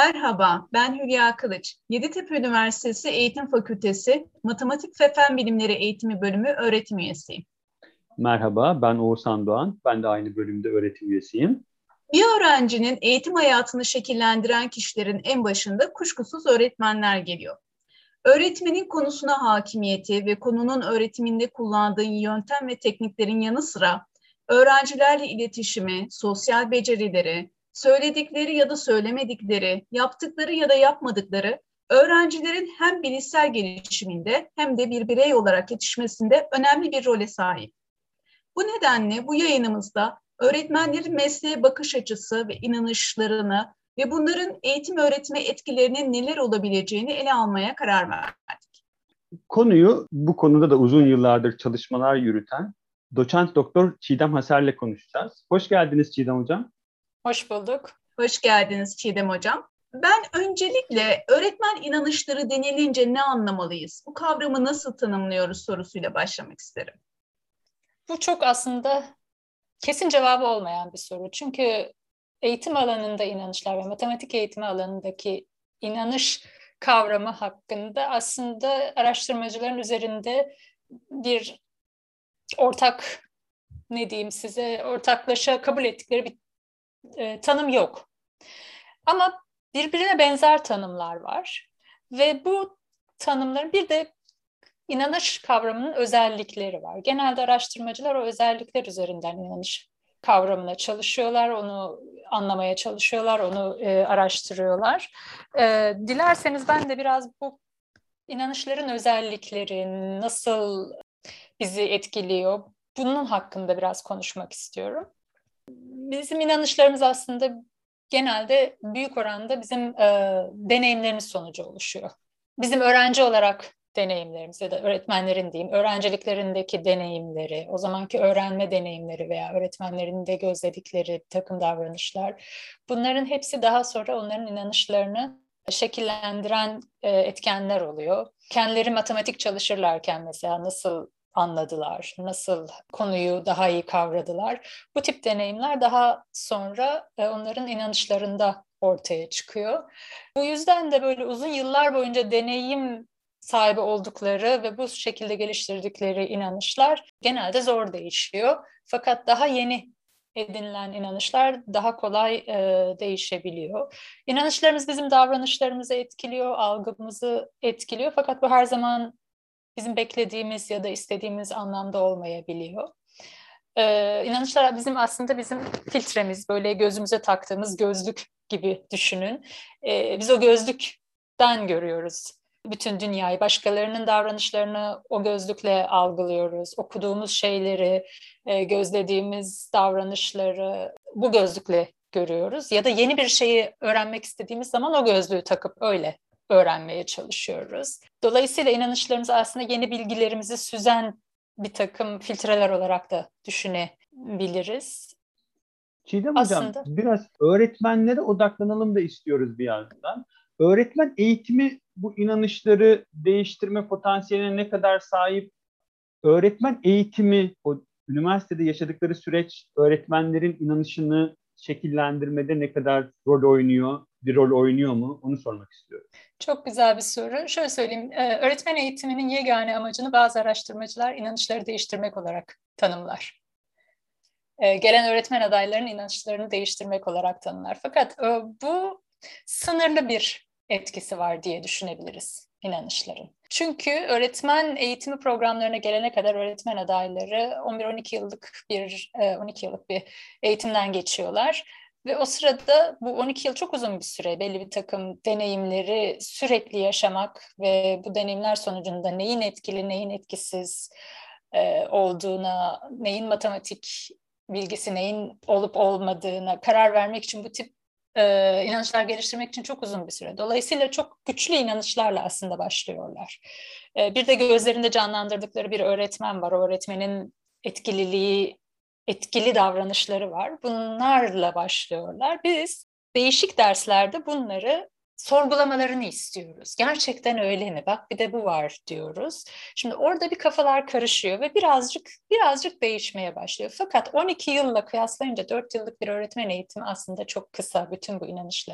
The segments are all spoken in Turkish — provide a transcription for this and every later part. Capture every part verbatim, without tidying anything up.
Merhaba, ben Hülya Kılıç. Yeditepe Üniversitesi Eğitim Fakültesi Matematik ve Fen Bilimleri Eğitimi Bölümü öğretim üyesiyim. Merhaba, ben Oğuzhan Doğan. Ben de aynı bölümde öğretim üyesiyim. Bir öğrencinin eğitim hayatını şekillendiren kişilerin en başında kuşkusuz öğretmenler geliyor. Öğretmenin konusuna hakimiyeti ve konunun öğretiminde kullandığı yöntem ve tekniklerin yanı sıra öğrencilerle iletişimi, sosyal becerileri, söyledikleri ya da söylemedikleri, yaptıkları ya da yapmadıkları öğrencilerin hem bilişsel gelişiminde hem de bir birey olarak yetişmesinde önemli bir role sahip. Bu nedenle bu yayınımızda öğretmenlerin mesleğe bakış açısı ve inanışlarını ve bunların eğitim öğretime etkilerinin neler olabileceğini ele almaya karar verdik. Konuyu bu konuda da uzun yıllardır çalışmalar yürüten doçent doktor Çiğdem Haser'le konuşacağız. Hoş geldiniz Çiğdem Hocam. Hoş bulduk. Hoş geldiniz Çiğdem Hocam. Ben öncelikle öğretmen inanışları denilince ne anlamalıyız? Bu kavramı nasıl tanımlıyoruz sorusuyla başlamak isterim. Bu çok aslında kesin cevabı olmayan bir soru. Çünkü eğitim alanında inanışlar ve matematik eğitimi alanındaki inanış kavramı hakkında aslında araştırmacıların üzerinde bir ortak, ne diyeyim size, ortaklaşa kabul ettikleri bir e, tanım yok. Ama birbirine benzer tanımlar var ve bu tanımların bir de İnanış kavramının özellikleri var. Genelde araştırmacılar o özellikler üzerinden inanış kavramına çalışıyorlar, onu anlamaya çalışıyorlar, onu e, araştırıyorlar. E, dilerseniz ben de biraz bu inanışların özellikleri nasıl bizi etkiliyor, bunun hakkında biraz konuşmak istiyorum. Bizim inanışlarımız aslında genelde büyük oranda bizim e, deneyimlerimiz sonucu oluşuyor. Bizim öğrenci olarak deneyimlerimiz ya da öğretmenlerin diyeyim, öğrenciliklerindeki deneyimleri, o zamanki öğrenme deneyimleri veya öğretmenlerin de gözledikleri bir takım davranışlar, bunların hepsi daha sonra onların inanışlarını şekillendiren e, etkenler oluyor. Kendileri matematik çalışırlarken mesela nasıl anladılar, nasıl konuyu daha iyi kavradılar. Bu tip deneyimler daha sonra e, onların inanışlarında ortaya çıkıyor. Bu yüzden de böyle uzun yıllar boyunca deneyim sahibi oldukları ve bu şekilde geliştirdikleri inanışlar genelde zor değişiyor. Fakat daha yeni edinilen inanışlar daha kolay e, değişebiliyor. İnanışlarımız bizim davranışlarımızı etkiliyor, algımızı etkiliyor. Fakat bu her zaman bizim beklediğimiz ya da istediğimiz anlamda olmayabiliyor. Ee, inanışlar bizim aslında bizim filtremiz, böyle gözümüze taktığımız gözlük gibi düşünün. Ee, biz o gözlükten görüyoruz bütün dünyayı, başkalarının davranışlarını o gözlükle algılıyoruz. Okuduğumuz şeyleri, e, gözlediğimiz davranışları bu gözlükle görüyoruz. Ya da yeni bir şeyi öğrenmek istediğimiz zaman o gözlüğü takıp öyle öğrenmeye çalışıyoruz. Dolayısıyla inanışlarımız aslında yeni bilgilerimizi süzen bir takım filtreler olarak da düşünebiliriz. Çiğdem Hocam, Aslında biraz öğretmenlere odaklanalım da istiyoruz bir yandan. Öğretmen eğitimi bu inanışları değiştirme potansiyeline ne kadar sahip? Öğretmen eğitimi, o üniversitede yaşadıkları süreç öğretmenlerin inanışını şekillendirmede ne kadar rol oynuyor, bir rol oynuyor mu? Onu sormak istiyorum. çok güzel bir soru. Şöyle söyleyeyim, e, öğretmen eğitiminin yegane amacını bazı araştırmacılar inanışları değiştirmek olarak tanımlar. E, Gelen öğretmen adaylarının inançlarını değiştirmek olarak tanımlar. Fakat e, bu sınırlı bir etkisi var diye düşünebiliriz inanışların. Çünkü öğretmen eğitimi programlarına gelene kadar öğretmen adayları on bir on iki yıllık bir on iki yıllık bir eğitimden geçiyorlar. Ve o sırada bu on iki yıl çok uzun bir süre, belli bir takım deneyimleri sürekli yaşamak ve bu deneyimler sonucunda neyin etkili, neyin etkisiz e, olduğuna, neyin matematik bilgisi, neyin olup olmadığına karar vermek için bu tip e, inançlar geliştirmek için çok uzun bir süre. Dolayısıyla çok güçlü inanışlarla aslında başlıyorlar. E, bir de gözlerinde canlandırdıkları bir öğretmen var. O öğretmenin etkililiği, etkili davranışları var. Bunlarla başlıyorlar. Biz değişik derslerde bunları sorgulamalarını istiyoruz. Gerçekten öyle mi? Bak bir de bu var diyoruz. Şimdi orada bir kafalar karışıyor ve birazcık birazcık değişmeye başlıyor. Fakat on iki yılla kıyaslayınca dört yıllık bir öğretmen eğitimi aslında çok kısa bütün bu inanışları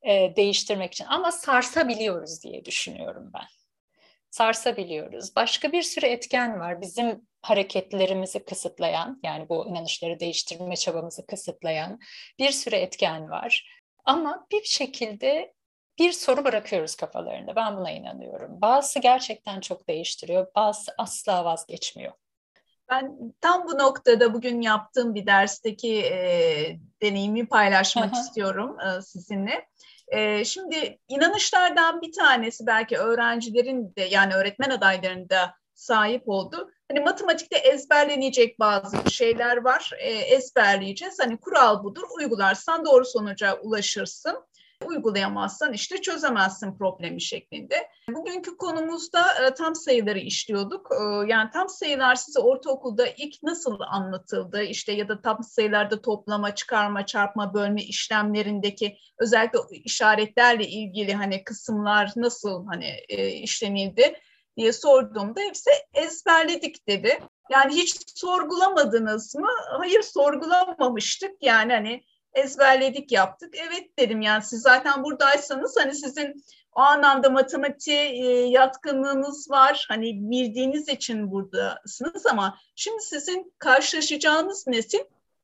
e, değiştirmek için. Ama sarsabiliyoruz diye düşünüyorum ben. Sarsabiliyoruz. Başka bir sürü etken var. Bizim hareketlerimizi kısıtlayan, yani bu inanışları değiştirme çabamızı kısıtlayan bir sürü etken var. Ama bir şekilde bir soru bırakıyoruz kafalarında. Ben buna inanıyorum. Bazısı gerçekten çok değiştiriyor, bazısı asla vazgeçmiyor. Ben tam bu noktada bugün yaptığım bir dersteki e, deneyimi paylaşmak istiyorum e, sizinle. E, şimdi inanışlardan bir tanesi belki öğrencilerin de yani öğretmen adaylarının da sahip olduğu. Hani matematikte ezberlenecek bazı şeyler var. E, ezberleyeceğiz. Hani kural budur. Uygularsan doğru sonuca ulaşırsın. Uygulayamazsan işte çözemezsin problemi şeklinde. Bugünkü konumuzda e, tam sayıları işliyorduk. E, yani tam sayılar size ortaokulda ilk nasıl anlatıldı? İşte ya da tam sayılarda toplama, çıkarma, çarpma, bölme işlemlerindeki özellikle işaretlerle ilgili hani kısımlar nasıl hani e, işlenildi diye sorduğumda hepsi ezberledik dedi. Yani hiç sorgulamadınız mı? Hayır, sorgulamamıştık. Yani hani ezberledik yaptık. Evet dedim, yani siz zaten buradaysanız hani sizin o anlamda matematiğe e, yatkınlığınız var. Hani bildiğiniz için buradasınız ama şimdi sizin karşılaşacağınız nesil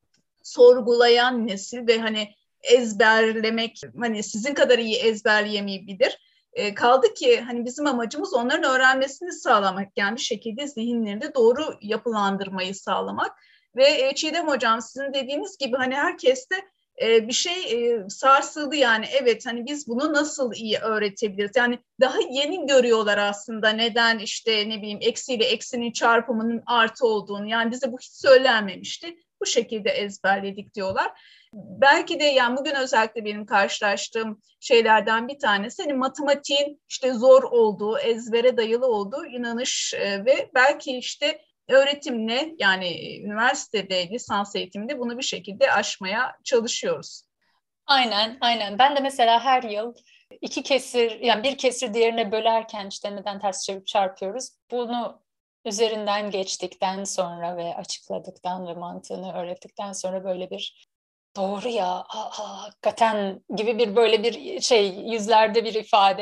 sorgulayan nesil ve hani ezberlemek, hani sizin kadar iyi ezberleyemeyebilir. E, kaldı ki hani bizim amacımız onların öğrenmesini sağlamak, yani bir şekilde zihinlerinde doğru yapılandırmayı sağlamak. Ve e, Çiğdem Hocam, sizin dediğiniz gibi hani herkeste e, bir şey e, sarsıldı, yani evet hani biz bunu nasıl iyi öğretebiliriz? Yani daha yeni görüyorlar aslında neden işte ne bileyim eksiyle eksinin çarpımının artı olduğunu, yani bize bu hiç söylenmemişti. Bu şekilde ezberledik diyorlar. Belki de yani bugün özellikle benim karşılaştığım şeylerden bir tanesi hani matematiğin işte zor olduğu, ezbere dayalı olduğu inanış e, ve belki işte öğretimle, yani üniversitede lisans eğitiminde bunu bir şekilde aşmaya çalışıyoruz. Aynen, aynen. Ben de mesela her yıl iki kesir, yani bir kesir diğerine bölerken işte neden ters çevirip çarpıyoruz? Bunu üzerinden geçtikten sonra ve açıkladıktan ve mantığını öğrettikten sonra böyle bir doğru ya, aa, hakikaten gibi bir böyle bir şey, yüzlerde bir ifade,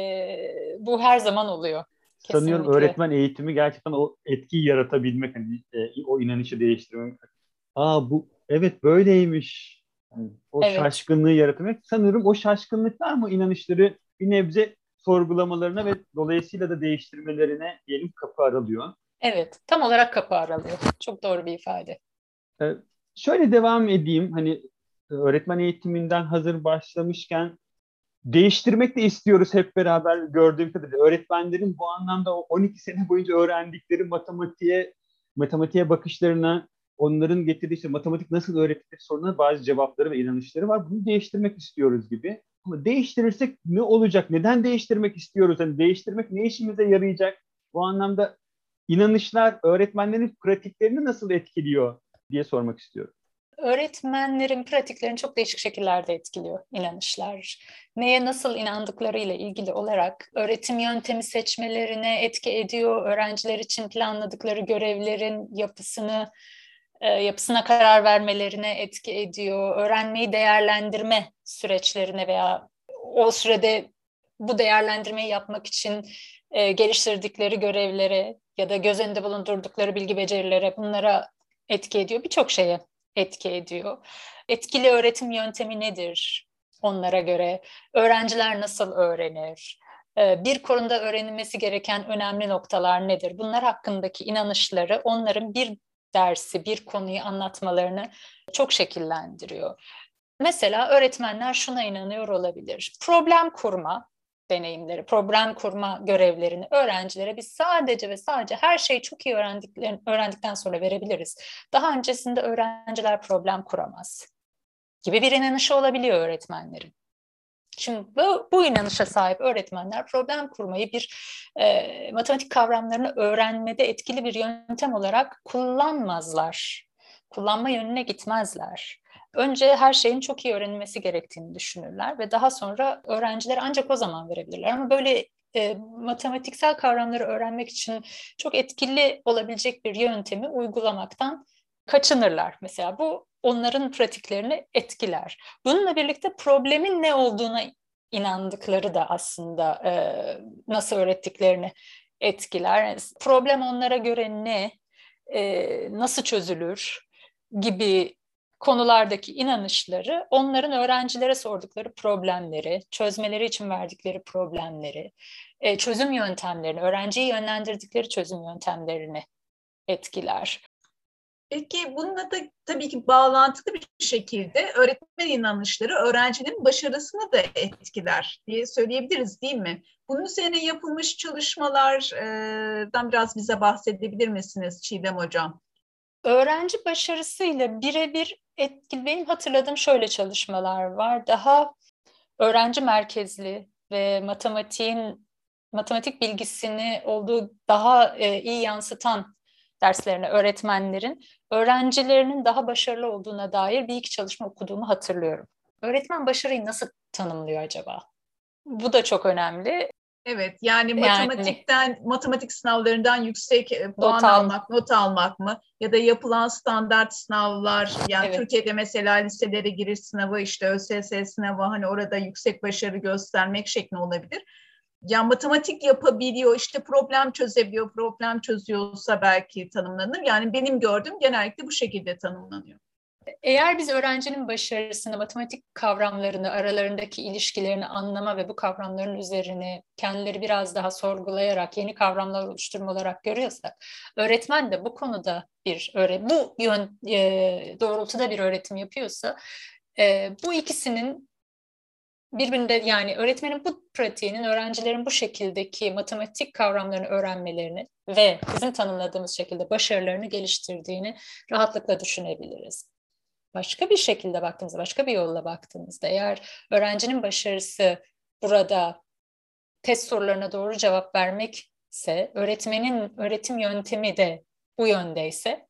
e, bu her zaman oluyor. Sanıyorum Kesinlikle. öğretmen eğitimi gerçekten o etkiyi yaratabilmek, hani e, o inanışı değiştirmek. Aa, bu evet böyleymiş. Yani o Evet. şaşkınlığı yaratabilmek. Sanıyorum o şaşkınlıklar mı inanışları bir nebze sorgulamalarına ve dolayısıyla da değiştirmelerine diyelim kapı aralıyor. Evet, tam olarak kapı aralıyor. Çok doğru bir ifade. Ee, Şöyle devam edeyim. Hani öğretmen eğitiminden hazır başlamışken değiştirmek de istiyoruz hep beraber, gördüğüm kadarıyla. Öğretmenlerin bu anlamda o on iki sene boyunca öğrendikleri matematiğe, matematiğe bakışlarına, onların getirdiği işte matematik nasıl öğretilir soruna bazı cevapları ve inanışları var. Bunu değiştirmek istiyoruz gibi. Ama değiştirirsek ne olacak? Neden değiştirmek istiyoruz? Hani değiştirmek ne işimize yarayacak? Bu anlamda inanışlar öğretmenlerin pratiklerini nasıl etkiliyor diye sormak istiyorum. Öğretmenlerin pratiklerini çok değişik şekillerde etkiliyor inanışlar. Neye nasıl inandıklarıyla ilgili olarak öğretim yöntemi seçmelerine etki ediyor. Öğrenciler için planladıkları görevlerin yapısını, e, yapısına karar vermelerine etki ediyor. Öğrenmeyi değerlendirme süreçlerine veya o sürede bu değerlendirmeyi yapmak için e, geliştirdikleri görevlere ya da göz önünde bulundurdukları bilgi becerileri, bunlara etki ediyor. Birçok şeye etki ediyor. Etkili öğretim yöntemi nedir onlara göre? Öğrenciler nasıl öğrenir? Bir konuda öğrenilmesi gereken önemli noktalar nedir? Bunlar hakkındaki inanışları onların bir dersi, bir konuyu anlatmalarını çok şekillendiriyor. Mesela öğretmenler şuna inanıyor olabilir. Problem kurma deneyimleri, problem kurma görevlerini öğrencilere biz sadece ve sadece her şeyi çok iyi öğrendikten sonra verebiliriz. Daha öncesinde öğrenciler problem kuramaz gibi bir inanışı olabiliyor öğretmenlerin. Şimdi bu, bu inanışa sahip öğretmenler problem kurmayı bir e, matematik kavramlarını öğrenmede etkili bir yöntem olarak kullanmazlar. Kullanma yönüne gitmezler. Önce her şeyin çok iyi öğrenilmesi gerektiğini düşünürler ve daha sonra öğrencilere ancak o zaman verebilirler. Ama böyle e, matematiksel kavramları öğrenmek için çok etkili olabilecek bir yöntemi uygulamaktan kaçınırlar. Mesela bu onların pratiklerini etkiler. Bununla birlikte problemin ne olduğuna inandıkları da aslında e, nasıl öğrettiklerini etkiler. Problem onlara göre ne, e, nasıl çözülür gibi konulardaki inanışları onların öğrencilere sordukları problemleri, çözmeleri için verdikleri problemleri, e, çözüm yöntemlerini, öğrenciyi yönlendirdikleri çözüm yöntemlerini etkiler. Peki bununla da tabii ki bağlantılı bir şekilde öğretmen inanışları öğrencinin başarısını da etkiler diye söyleyebiliriz, değil mi? Bunun üzerine yapılmış çalışmalardan biraz bize bahsedebilir misiniz Çiğdem Hocam? Öğrenci başarısıyla birebir etkili, benim hatırladığım şöyle çalışmalar var. Daha öğrenci merkezli ve matematiğin matematik bilgisini olduğu daha e, iyi yansıtan derslerine öğretmenlerin öğrencilerinin daha başarılı olduğuna dair bir iki çalışma okuduğumu hatırlıyorum. Öğretmen başarıyı nasıl tanımlıyor acaba? Bu da çok önemli. Evet, yani Yani matematikten, matematik sınavlarından yüksek e, puan not al- almak, not almak mı? Ya da yapılan standart sınavlar, yani Evet. Türkiye'de mesela liselere giriş sınavı, işte ÖSS sınavı, hani orada yüksek başarı göstermek şeklinde olabilir. Ya matematik yapabiliyor, işte problem çözebiliyor, problem çözüyorsa belki tanımlanır. Yani benim gördüğüm genellikle bu şekilde tanımlanıyor. Eğer biz öğrencinin başarısını, matematik kavramlarını, aralarındaki ilişkilerini anlama ve bu kavramların üzerine kendileri biraz daha sorgulayarak yeni kavramlar oluşturma olarak görüyorsak, öğretmen de bu konuda bir öğre bu yön e, doğrultuda bir öğretim yapıyorsa, e, bu ikisinin birbirinde, yani öğretmenin bu pratiğinin öğrencilerin bu şekildeki matematik kavramlarını öğrenmelerini ve bizim tanımladığımız şekilde başarılarını geliştirdiğini rahatlıkla düşünebiliriz. Başka bir şekilde baktığımızda, başka bir yolla baktığımızda, eğer öğrencinin başarısı burada test sorularına doğru cevap vermekse, öğretmenin öğretim yöntemi de bu yöndeyse,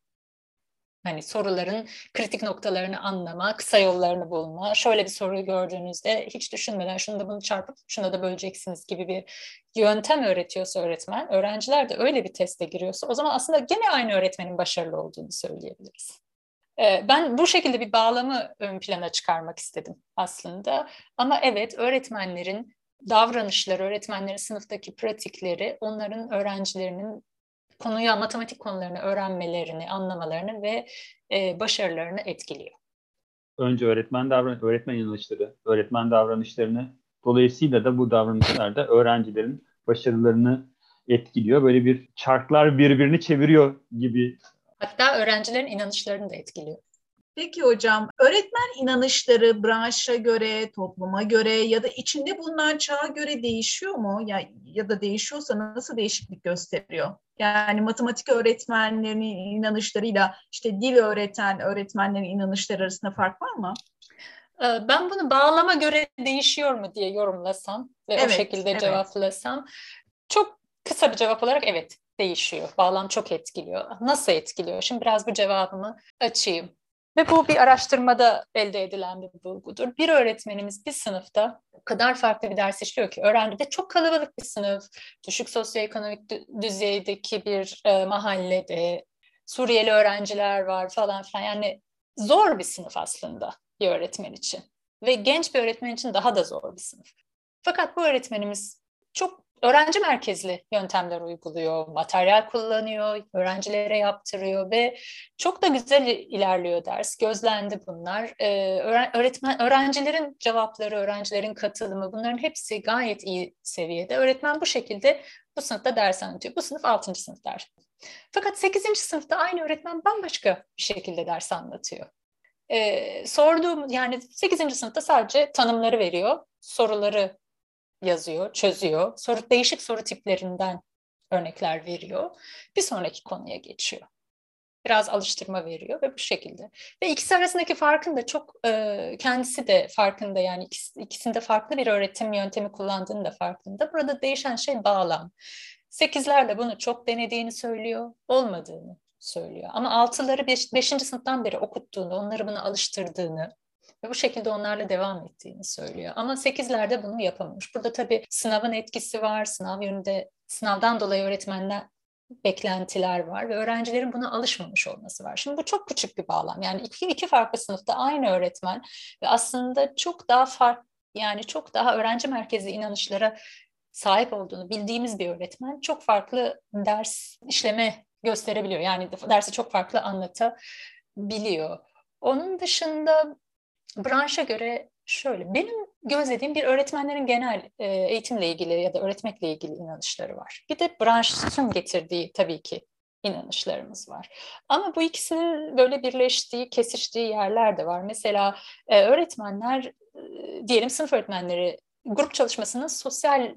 hani soruların kritik noktalarını anlama, kısa yollarını bulma, şöyle bir soruyu gördüğünüzde hiç düşünmeden şunu da bunu çarpıp şuna da böleceksiniz gibi bir yöntem öğretiyorsa öğretmen, öğrenciler de öyle bir teste giriyorsa, o zaman aslında gene aynı öğretmenin başarılı olduğunu söyleyebiliriz. Ben bu şekilde bir bağlamı ön plana çıkarmak istedim aslında. Ama evet, öğretmenlerin davranışları, öğretmenlerin sınıftaki pratikleri, onların öğrencilerinin konuya, matematik konularını öğrenmelerini, anlamalarını ve e, başarılarını etkiliyor. Önce öğretmen davran öğretmen inanışları, öğretmen davranışlarını, dolayısıyla da bu davranışlar da öğrencilerin başarılarını etkiliyor. Böyle bir çarklar birbirini çeviriyor gibi. Hatta öğrencilerin inanışlarını da etkiliyor. Peki hocam, öğretmen inanışları branşa göre, topluma göre ya da içinde bulunan çağa göre değişiyor mu? Ya, ya da değişiyorsa nasıl değişiklik gösteriyor? Yani matematik öğretmenlerinin inanışlarıyla işte dil öğreten öğretmenlerin inanışları arasında fark var mı? Ben bunu bağlama göre değişiyor mu diye yorumlasam ve Evet, o şekilde evet. cevaplasam, çok kısa bir cevap olarak evet değişiyor. Bağlam çok etkiliyor. Nasıl etkiliyor? Şimdi biraz bu cevabımı açayım. Ve bu bir araştırmada elde edilen bir bulgudur. Bir öğretmenimiz bir sınıfta o kadar farklı bir ders işliyor ki, öğrenci de çok kalabalık bir sınıf, düşük sosyoekonomik düzeydeki bir e, mahallede, Suriyeli öğrenciler var falan filan. Yani zor bir sınıf aslında bir öğretmen için. Ve genç bir öğretmen için daha da zor bir sınıf. Fakat bu öğretmenimiz çok öğrenci merkezli yöntemler uyguluyor, materyal kullanıyor, öğrencilere yaptırıyor ve çok da güzel ilerliyor ders. Gözlendi bunlar. Ee, öğretmen, öğrencilerin cevapları, öğrencilerin katılımı, bunların hepsi gayet iyi seviyede. Öğretmen bu şekilde bu sınıfta ders anlatıyor. Bu sınıf altıncı sınıf ders. Fakat sekizinci sınıfta aynı öğretmen bambaşka bir şekilde ders anlatıyor. Ee, sorduğum, yani sekizinci sınıfta sadece tanımları veriyor, soruları yazıyor, çözüyor. Soru, değişik soru tiplerinden örnekler veriyor. Bir sonraki konuya geçiyor. Biraz alıştırma veriyor ve bu şekilde. Ve ikisi arasındaki farkın da çok e, kendisi de farkında, yani ikisi, ikisinde farklı bir öğretim yöntemi kullandığını da farkında. Burada değişen şey bağlam. Sekizler de bunu çok denediğini söylüyor, olmadığını söylüyor. Ama altıları beş, beşinci sınıftan beri okuttuğunu, onları buna alıştırdığını ve bu şekilde onlarla devam ettiğini söylüyor. Ama sekizlerde bunu yapamamış. Burada tabii sınavın etkisi var. Sınav yönünde, sınavdan dolayı öğretmenden beklentiler var ve öğrencilerin buna alışmamış olması var. Şimdi bu çok küçük bir bağlam. Yani iki, iki farklı sınıfta aynı öğretmen ve aslında çok daha farklı yani çok daha öğrenci merkezli inanışlara sahip olduğunu bildiğimiz bir öğretmen çok farklı ders işleme gösterebiliyor. Yani dersi çok farklı anlatabiliyor. Onun dışında branşa göre şöyle, benim gözlediğim bir öğretmenlerin genel e, eğitimle ilgili ya da öğretmekle ilgili inanışları var. Bir de branşın getirdiği tabii ki inanışlarımız var. Ama bu ikisinin böyle birleştiği, kesiştiği yerler de var. Mesela e, öğretmenler, e, diyelim sınıf öğretmenleri grup çalışmasının sosyal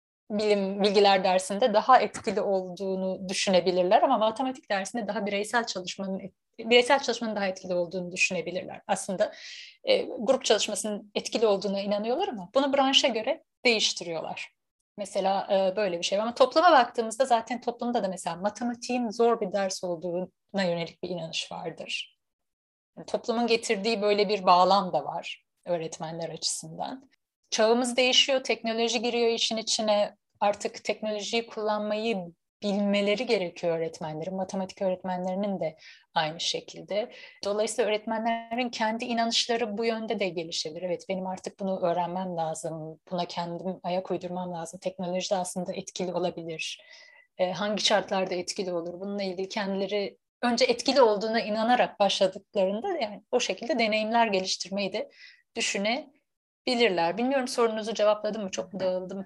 bilim bilgiler dersinde daha etkili olduğunu düşünebilirler ama matematik dersinde daha bireysel çalışmanın bireysel çalışmanın daha etkili olduğunu düşünebilirler. Aslında e, grup çalışmasının etkili olduğuna inanıyorlar ama bunu branşa göre değiştiriyorlar. Mesela e, böyle bir şey var. Ama topluma baktığımızda zaten toplumda da mesela matematiğin zor bir ders olduğuna yönelik bir inanış vardır. Yani toplumun getirdiği böyle bir bağlam da var öğretmenler açısından. Çağımız değişiyor, teknoloji giriyor işin içine. Artık teknolojiyi kullanmayı bilmeleri gerekiyor öğretmenlerin. Matematik öğretmenlerinin de aynı şekilde. Dolayısıyla öğretmenlerin kendi inanışları bu yönde de gelişebilir. Evet, benim artık bunu öğrenmem lazım. Buna kendim ayak uydurmam lazım. Teknoloji de aslında etkili olabilir. E, hangi şartlarda etkili olur? Bununla ilgili kendileri önce etkili olduğuna inanarak başladıklarında yani o şekilde deneyimler geliştirmeyi de düşünebilirler. Bilmiyorum, sorunuzu cevapladım mı? Çok dağıldım.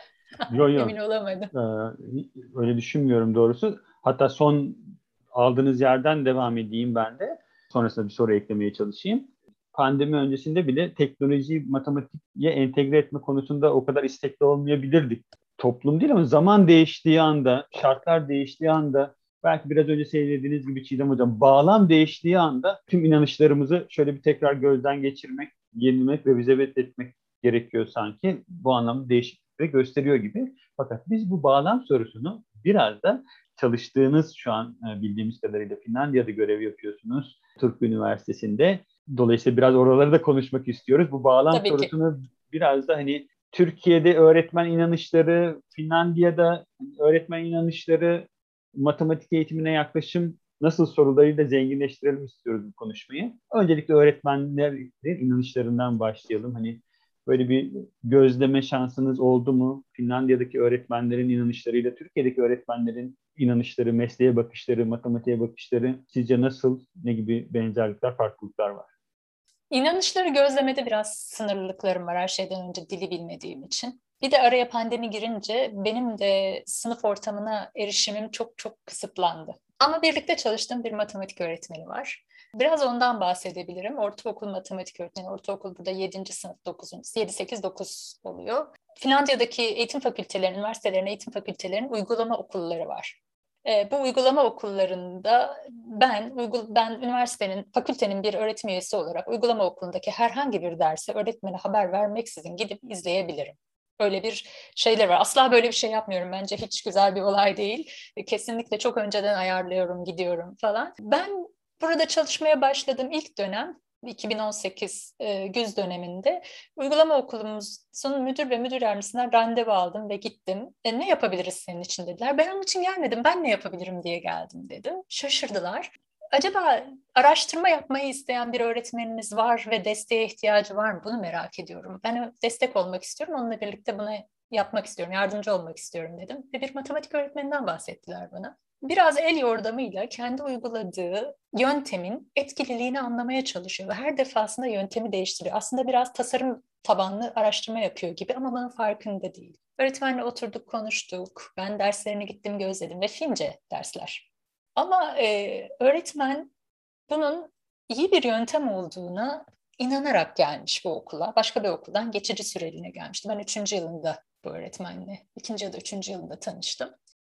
Yok Emin yok. olamadım. Ee, öyle düşünmüyorum doğrusu. Hatta son aldığınız yerden devam edeyim ben de. Sonrasında bir soru eklemeye çalışayım. Pandemi öncesinde bile teknolojiyi matematiğe entegre etme konusunda o kadar istekli olmayabilirdik. Toplum değil ama zaman değiştiği anda, şartlar değiştiği anda, belki biraz önce söylediğiniz gibi Çiğdem Hocam, bağlam değiştiği anda tüm inanışlarımızı şöyle bir tekrar gözden geçirmek, yenilemek ve vize etmek gerekiyor sanki. Bu anlamda değişiklik gösteriyor gibi. Fakat biz bu bağlam sorusunu biraz da çalıştığınız, şu an bildiğimiz kadarıyla Finlandiya'da görev yapıyorsunuz, Turku Üniversitesi'nde. Dolayısıyla biraz oraları da konuşmak istiyoruz. Bu bağlam Tabii ki. sorusunu biraz da hani Türkiye'de öğretmen inanışları, Finlandiya'da öğretmen inanışları, matematik eğitimine yaklaşım nasıl sorularıyla zenginleştirelim istiyoruz bu konuşmayı. Öncelikle öğretmenlerin inanışlarından başlayalım. Hani böyle bir gözleme şansınız oldu mu? Finlandiya'daki öğretmenlerin inanışlarıyla Türkiye'deki öğretmenlerin inanışları, mesleğe bakışları, matematiğe bakışları sizce nasıl, ne gibi benzerlikler, farklılıklar var? İnanışları gözlemede biraz sınırlılıklarım var her şeyden önce, dili bilmediğim için. Bir de araya pandemi girince benim de sınıf ortamına erişimim çok çok kısıtlandı. Ama birlikte çalıştığım bir matematik öğretmeni var. Biraz ondan bahsedebilirim. Ortaokul matematik öğretmeni. Ortaokul burada yedinci sınıf, dokuzuncu yedi sekiz dokuz oluyor. Finlandiya'daki eğitim fakültelerinin, üniversitelerin eğitim fakültelerinin uygulama okulları var. E, bu uygulama okullarında ben uygul ben üniversitenin, fakültenin bir öğretim üyesi olarak uygulama okulundaki herhangi bir derse öğretmene haber vermeksizin gidip izleyebilirim. Öyle bir şeyler var. Asla böyle bir şey yapmıyorum. Bence hiç güzel bir olay değil. E, kesinlikle çok önceden ayarlıyorum, gidiyorum falan. Ben burada çalışmaya başladığım ilk dönem iki bin on sekiz e, güz döneminde uygulama okulumuzun müdür ve müdür yardımcısından randevu aldım ve gittim. E, ne yapabiliriz senin için dediler. Ben onun için gelmedim, ben ne yapabilirim diye geldim dedim. Şaşırdılar. Acaba araştırma yapmayı isteyen bir öğretmeniniz var ve desteğe ihtiyacı var mı? Bunu merak ediyorum. Ben destek olmak istiyorum, onunla birlikte bunu yapmak istiyorum, yardımcı olmak istiyorum dedim. Ve bir matematik öğretmeninden bahsettiler bana. Biraz el yordamıyla kendi uyguladığı yöntemin etkililiğini anlamaya çalışıyor ve her defasında yöntemi değiştiriyor. Aslında biraz tasarım tabanlı araştırma yapıyor gibi ama bunun farkında değil. Öğretmenle oturduk, konuştuk. Ben derslerine gittim, gözledim ve Fince dersler. Ama e, öğretmen bunun iyi bir yöntem olduğuna inanarak gelmiş bu okula. Başka bir okuldan geçici süreliğine gelmişti. Ben üçüncü yılında bu öğretmenle, ikinci ya da üçüncü yılında tanıştım.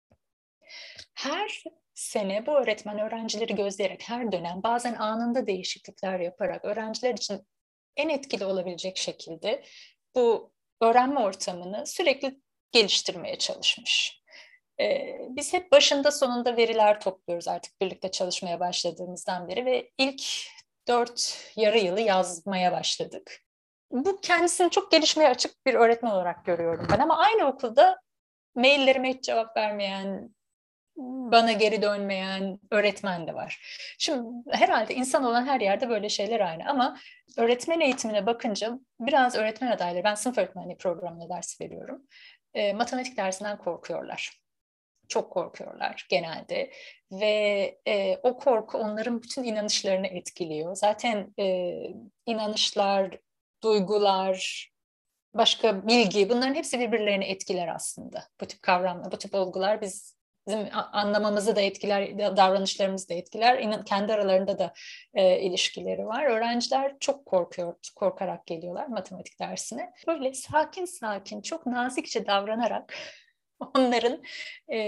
Her sene bu öğretmen öğrencileri gözleyerek her dönem bazen anında değişiklikler yaparak öğrenciler için en etkili olabilecek şekilde bu öğrenme ortamını sürekli geliştirmeye çalışmış. Ee, biz hep başında sonunda veriler topluyoruz artık birlikte çalışmaya başladığımızdan beri ve ilk dört yarı yılı yazmaya başladık. Bu kendisini çok gelişmeye açık bir öğretmen olarak görüyorum ben ama aynı okulda maillerime hiç cevap vermeyen, bana geri dönmeyen öğretmen de var. Şimdi herhalde insan olan her yerde böyle şeyler aynı ama öğretmen eğitimine bakınca biraz öğretmen adayları, ben sınıf öğretmenliği programında ders veriyorum, e, matematik dersinden korkuyorlar. Çok korkuyorlar genelde ve e, o korku onların bütün inanışlarını etkiliyor. Zaten e, inanışlar, duygular, başka bilgi, bunların hepsi birbirlerini etkiler aslında. Bu tip kavramlar, bu tip olgular biz, bizim anlamamızı da etkiler, davranışlarımızı da etkiler. İnan, kendi aralarında da e, ilişkileri var. Öğrenciler çok korkuyor, korkarak geliyorlar matematik dersine. Böyle sakin sakin, çok nazikçe davranarak onların e,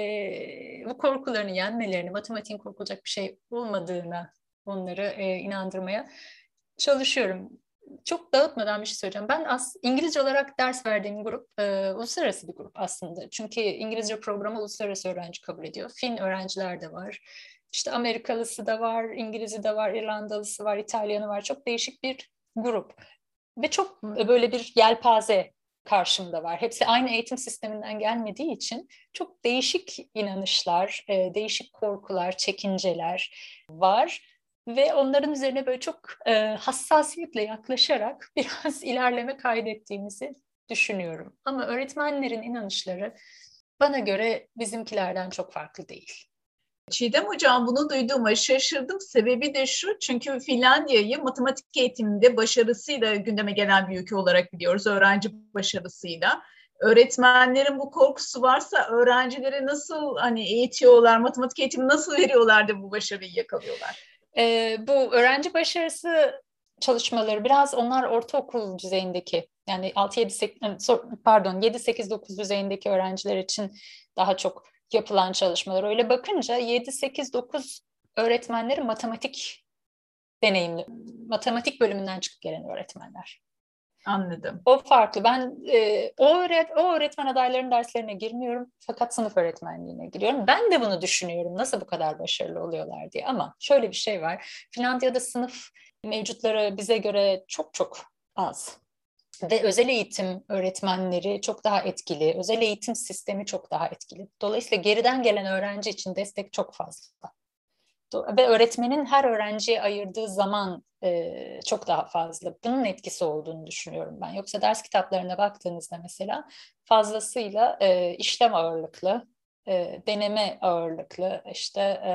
bu korkularını yenmelerini, matematiğin korkulacak bir şey olmadığına onları e, inandırmaya çalışıyorum. Çok dağıtmadan bir şey söyleyeceğim. Ben as İngilizce olarak ders verdiğim grup e, uluslararası bir grup aslında. Çünkü İngilizce programı uluslararası öğrenci kabul ediyor. Fin öğrenciler de var. İşte Amerikalısı da var, İngiliz'i de var, İrlandalısı var, İtalyanı var. Çok değişik bir grup. Ve çok böyle bir yelpaze karşımda var. Hepsi aynı eğitim sisteminden gelmediği için çok değişik inanışlar, e, değişik korkular, çekinceler var. Ve onların üzerine böyle çok e, hassasiyetle yaklaşarak biraz ilerleme kaydettiğimizi düşünüyorum. Ama öğretmenlerin inanışları bana göre bizimkilerden çok farklı değil. Çiğdem Hocam, bunu duyduğuma şaşırdım. Sebebi de şu, çünkü Finlandiya'yı matematik eğitiminde başarısıyla gündeme gelen bir ülke olarak biliyoruz, öğrenci başarısıyla. Öğretmenlerin bu korkusu varsa öğrencileri nasıl hani eğitiyorlar, matematik eğitimi nasıl veriyorlar da bu başarıyı yakalıyorlar? Ee, bu öğrenci başarısı çalışmaları biraz onlar ortaokul düzeyindeki, yani altı yedi sekiz pardon yedi sekiz dokuz düzeyindeki öğrenciler için daha çok yapılan çalışmalar. Öyle bakınca yedi sekiz dokuz öğretmenleri matematik deneyimli, matematik bölümünden çıkıp gelen öğretmenler. Anladım. O farklı. Ben e, o, öğret o öğretmen adaylarının derslerine girmiyorum. Fakat sınıf öğretmenliğine giriyorum. Ben de bunu düşünüyorum. Nasıl bu kadar başarılı oluyorlar diye. Ama şöyle bir şey var. Finlandiya'da sınıf mevcutları bize göre çok çok az. Ve özel eğitim öğretmenleri çok daha etkili. Özel eğitim sistemi çok daha etkili. Dolayısıyla geriden gelen öğrenci için destek çok fazla. Ve öğretmenin her öğrenciye ayırdığı zaman e, çok daha fazla. Bunun etkisi olduğunu düşünüyorum ben. Yoksa ders kitaplarına baktığınızda mesela fazlasıyla e, işlem ağırlıklı, e, deneme ağırlıklı, işte e,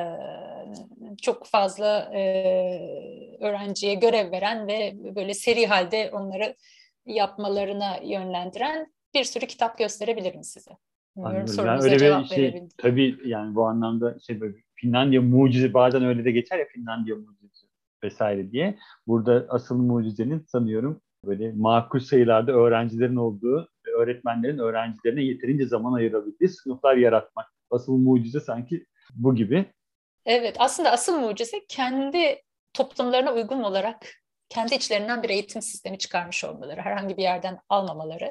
çok fazla e, öğrenciye görev veren ve böyle seri halde onları yapmalarına yönlendiren bir sürü kitap gösterebilirim size. Anladım. Yani öyle bir şey tabii, yani bu anlamda şey böyle Finlandiya mucize, bazen öyle de geçer ya, Finlandiya mucizesi vesaire diye. Burada asıl mucizenin sanıyorum böyle makul sayılarda öğrencilerin olduğu ve öğretmenlerin öğrencilerine yeterince zaman ayırabildiği sınıflar yaratmak. Asıl mucize sanki bu gibi. Evet, aslında asıl mucize kendi toplumlarına uygun olarak kendi içlerinden bir eğitim sistemi çıkarmış olmaları, herhangi bir yerden almamaları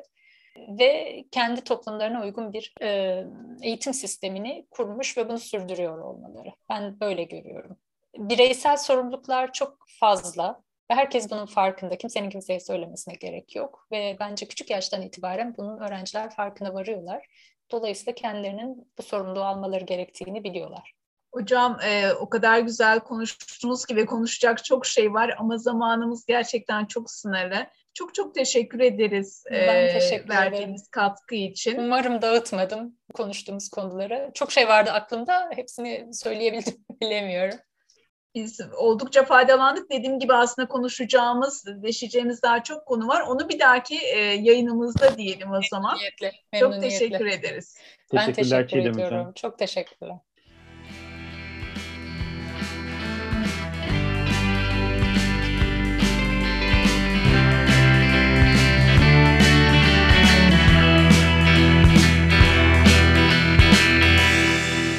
ve kendi toplumlarına uygun bir e, eğitim sistemini kurmuş ve bunu sürdürüyor olmaları. Ben böyle görüyorum. Bireysel sorumluluklar çok fazla ve herkes bunun farkında. Kimsenin kimseye söylemesine gerek yok ve bence küçük yaştan itibaren bunun öğrenciler farkına varıyorlar. Dolayısıyla kendilerinin bu sorumluluğu almaları gerektiğini biliyorlar. Hocam e, o kadar güzel konuştunuz ki ve konuşacak çok şey var ama zamanımız gerçekten çok sınırlı. Çok çok teşekkür ederiz ben teşekkür e, verdiğiniz ederim. Katkı için. Umarım dağıtmadım konuştuğumuz konuları. Çok şey vardı aklımda, hepsini söyleyebildim bilemiyorum. Biz oldukça faydalandık. Dediğim gibi aslında konuşacağımız, deşeceğimiz daha çok konu var. Onu bir dahaki e, yayınımızda diyelim o zaman. Memnuniyetle, memnuniyetle. Çok teşekkür ederiz. Ben teşekkür ediyorum. Hocam. Çok teşekkürler.